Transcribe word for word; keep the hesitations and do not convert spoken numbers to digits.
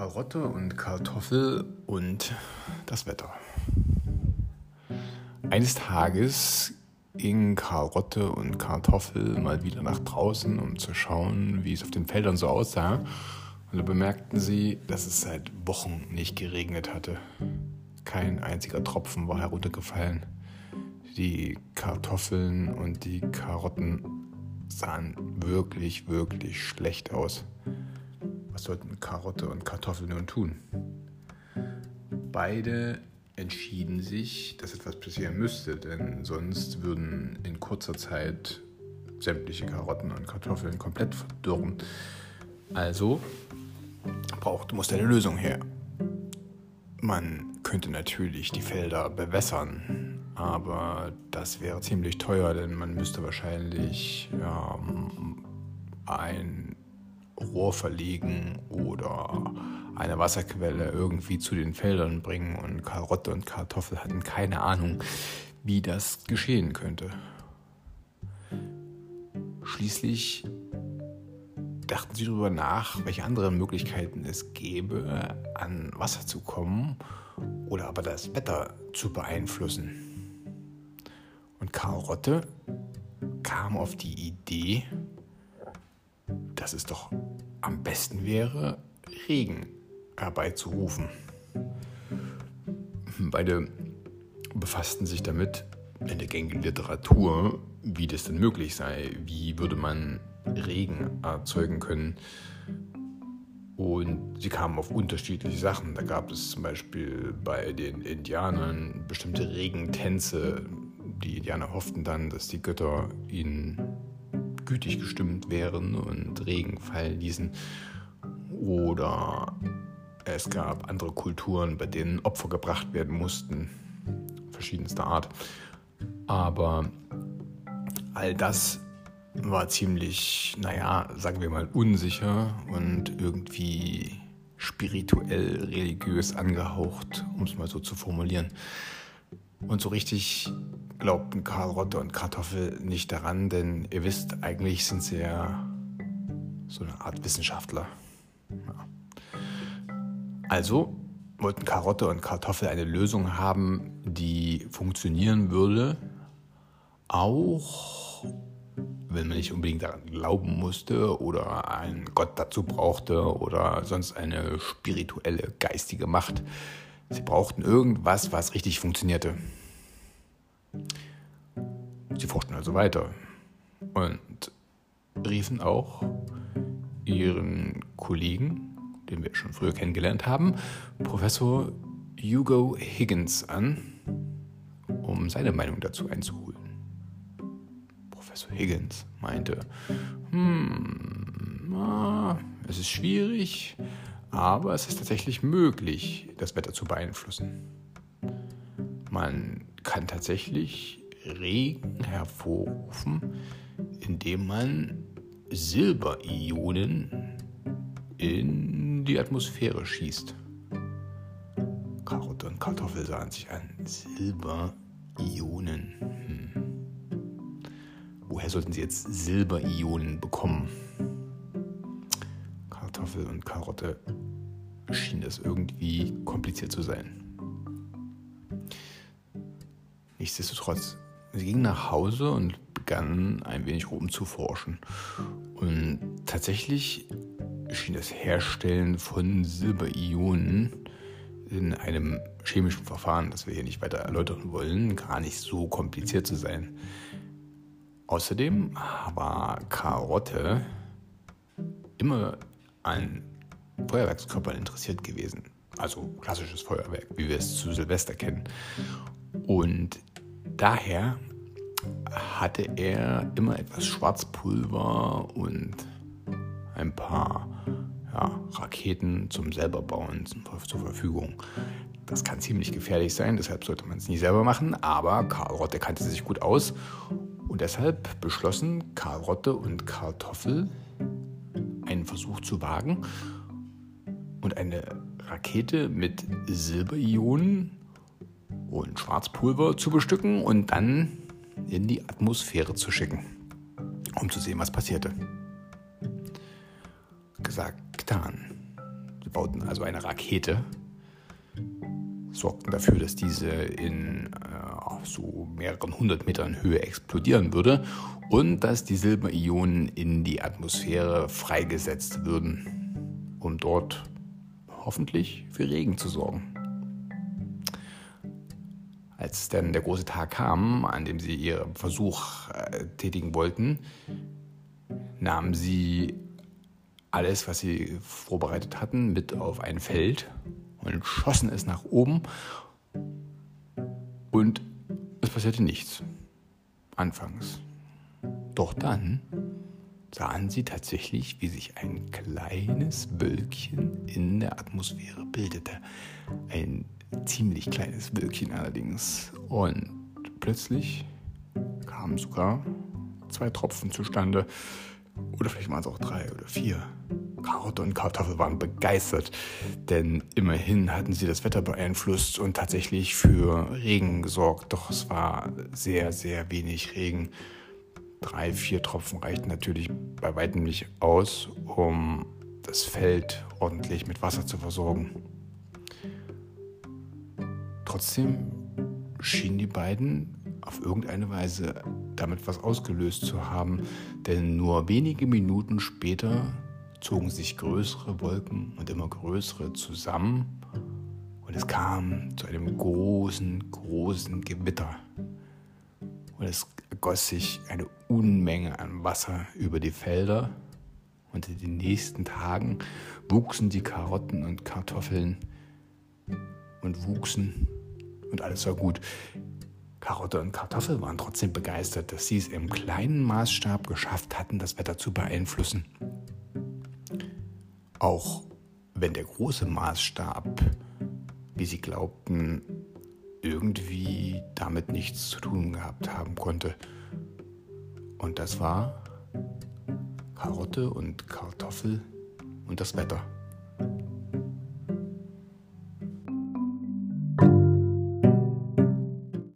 Karotte und Kartoffel und das Wetter. Eines Tages gingen Karotte und Kartoffel mal wieder nach draußen, um zu schauen, wie es auf den Feldern so aussah. Und da bemerkten sie, dass es seit Wochen nicht geregnet hatte. Kein einziger Tropfen war heruntergefallen. Die Kartoffeln und die Karotten sahen wirklich, wirklich schlecht aus. Was sollten Karotte und Kartoffel nun tun? Beide entschieden sich, dass etwas passieren müsste, denn sonst würden in kurzer Zeit sämtliche Karotten und Kartoffeln komplett verdorren. Also braucht, muss eine Lösung her. Man könnte natürlich die Felder bewässern, aber das wäre ziemlich teuer, denn man müsste wahrscheinlich ähm, ein Rohr verlegen oder eine Wasserquelle irgendwie zu den Feldern bringen, und Karotte und Kartoffel hatten keine Ahnung, wie das geschehen könnte. Schließlich dachten sie darüber nach, welche anderen Möglichkeiten es gäbe, an Wasser zu kommen oder aber das Wetter zu beeinflussen. Und Karotte kam auf die Idee, dass es doch am besten wäre, Regen herbeizurufen. Beide befassten sich damit in der gängigen Literatur, wie das denn möglich sei, wie würde man Regen erzeugen können. Und sie kamen auf unterschiedliche Sachen. Da gab es zum Beispiel bei den Indianern bestimmte Regentänze. Die Indianer hofften dann, dass die Götter ihnen gütig gestimmt wären und Regen fallen ließen. Oder es gab andere Kulturen, bei denen Opfer gebracht werden mussten, verschiedenster Art. Aber all das war ziemlich, naja, sagen wir mal, unsicher und irgendwie spirituell, religiös angehaucht, um es mal so zu formulieren. Und so richtig glaubten Karotte und Kartoffel nicht daran, denn ihr wisst, eigentlich sind sie ja so eine Art Wissenschaftler. Ja. Also wollten Karotte und Kartoffel eine Lösung haben, die funktionieren würde, auch wenn man nicht unbedingt daran glauben musste oder einen Gott dazu brauchte oder sonst eine spirituelle, geistige Macht. Sie brauchten irgendwas, was richtig funktionierte. Sie forschten also weiter und riefen auch ihren Kollegen, den wir schon früher kennengelernt haben, Professor Hugo Higgins an, um seine Meinung dazu einzuholen. Professor Higgins meinte, hm, na, es ist schwierig, aber es ist tatsächlich möglich, das Wetter zu beeinflussen. Man kann tatsächlich Regen hervorrufen, indem man Silberionen in die Atmosphäre schießt. Karotte und Kartoffel sahen sich an. Silberionen. Hm. Woher sollten sie jetzt Silberionen bekommen? Kartoffel und Karotte schien das irgendwie kompliziert zu sein. Nichtsdestotrotz, sie gingen nach Hause und begannen ein wenig rumzuforschen. Und tatsächlich schien das Herstellen von Silberionen in einem chemischen Verfahren, das wir hier nicht weiter erläutern wollen, gar nicht so kompliziert zu sein. Außerdem war Karotte immer an Feuerwerkskörpern interessiert gewesen. Also klassisches Feuerwerk, wie wir es zu Silvester kennen. Und daher hatte er immer etwas Schwarzpulver und ein paar ja, Raketen zum selberbauen zur Verfügung. Das kann ziemlich gefährlich sein, deshalb sollte man es nie selber machen, aber Karotte kannte sich gut aus und deshalb beschlossen Karotte und Kartoffel, einen Versuch zu wagen und eine Rakete mit Silberionen und Schwarzpulver zu bestücken und dann in die Atmosphäre zu schicken, um zu sehen, was passierte. Gesagt, getan. Sie bauten also eine Rakete, sorgten dafür, dass diese in äh, so mehreren hundert Metern Höhe explodieren würde und dass die Silberionen in die Atmosphäre freigesetzt würden, um dort hoffentlich für Regen zu sorgen. Als dann der große Tag kam, an dem sie ihren Versuch äh, tätigen wollten, nahmen sie alles, was sie vorbereitet hatten, mit auf ein Feld und schossen es nach oben. Und es passierte nichts. Anfangs. Doch dann sahen sie tatsächlich, wie sich ein kleines Wölkchen in der Atmosphäre bildete. Ein ziemlich kleines Wölkchen allerdings. Und plötzlich kamen sogar zwei Tropfen zustande. Oder vielleicht waren es auch drei oder vier. Karotte und Kartoffel waren begeistert, denn immerhin hatten sie das Wetter beeinflusst und tatsächlich für Regen gesorgt. Doch es war sehr, sehr wenig Regen. Drei, vier Tropfen reichten natürlich bei weitem nicht aus, um das Feld ordentlich mit Wasser zu versorgen. Trotzdem schienen die beiden auf irgendeine Weise damit was ausgelöst zu haben, denn nur wenige Minuten später zogen sich größere Wolken und immer größere zusammen und es kam zu einem großen, großen Gewitter. Und es ergoss sich eine Unmenge an Wasser über die Felder und in den nächsten Tagen wuchsen die Karotten und Kartoffeln und wuchsen und alles war gut. Karotte und Kartoffel waren trotzdem begeistert, dass sie es im kleinen Maßstab geschafft hatten, das Wetter zu beeinflussen. Auch wenn der große Maßstab, wie sie glaubten, irgendwie damit nichts zu tun gehabt haben konnte. Und das war Karotte und Kartoffel und das Wetter.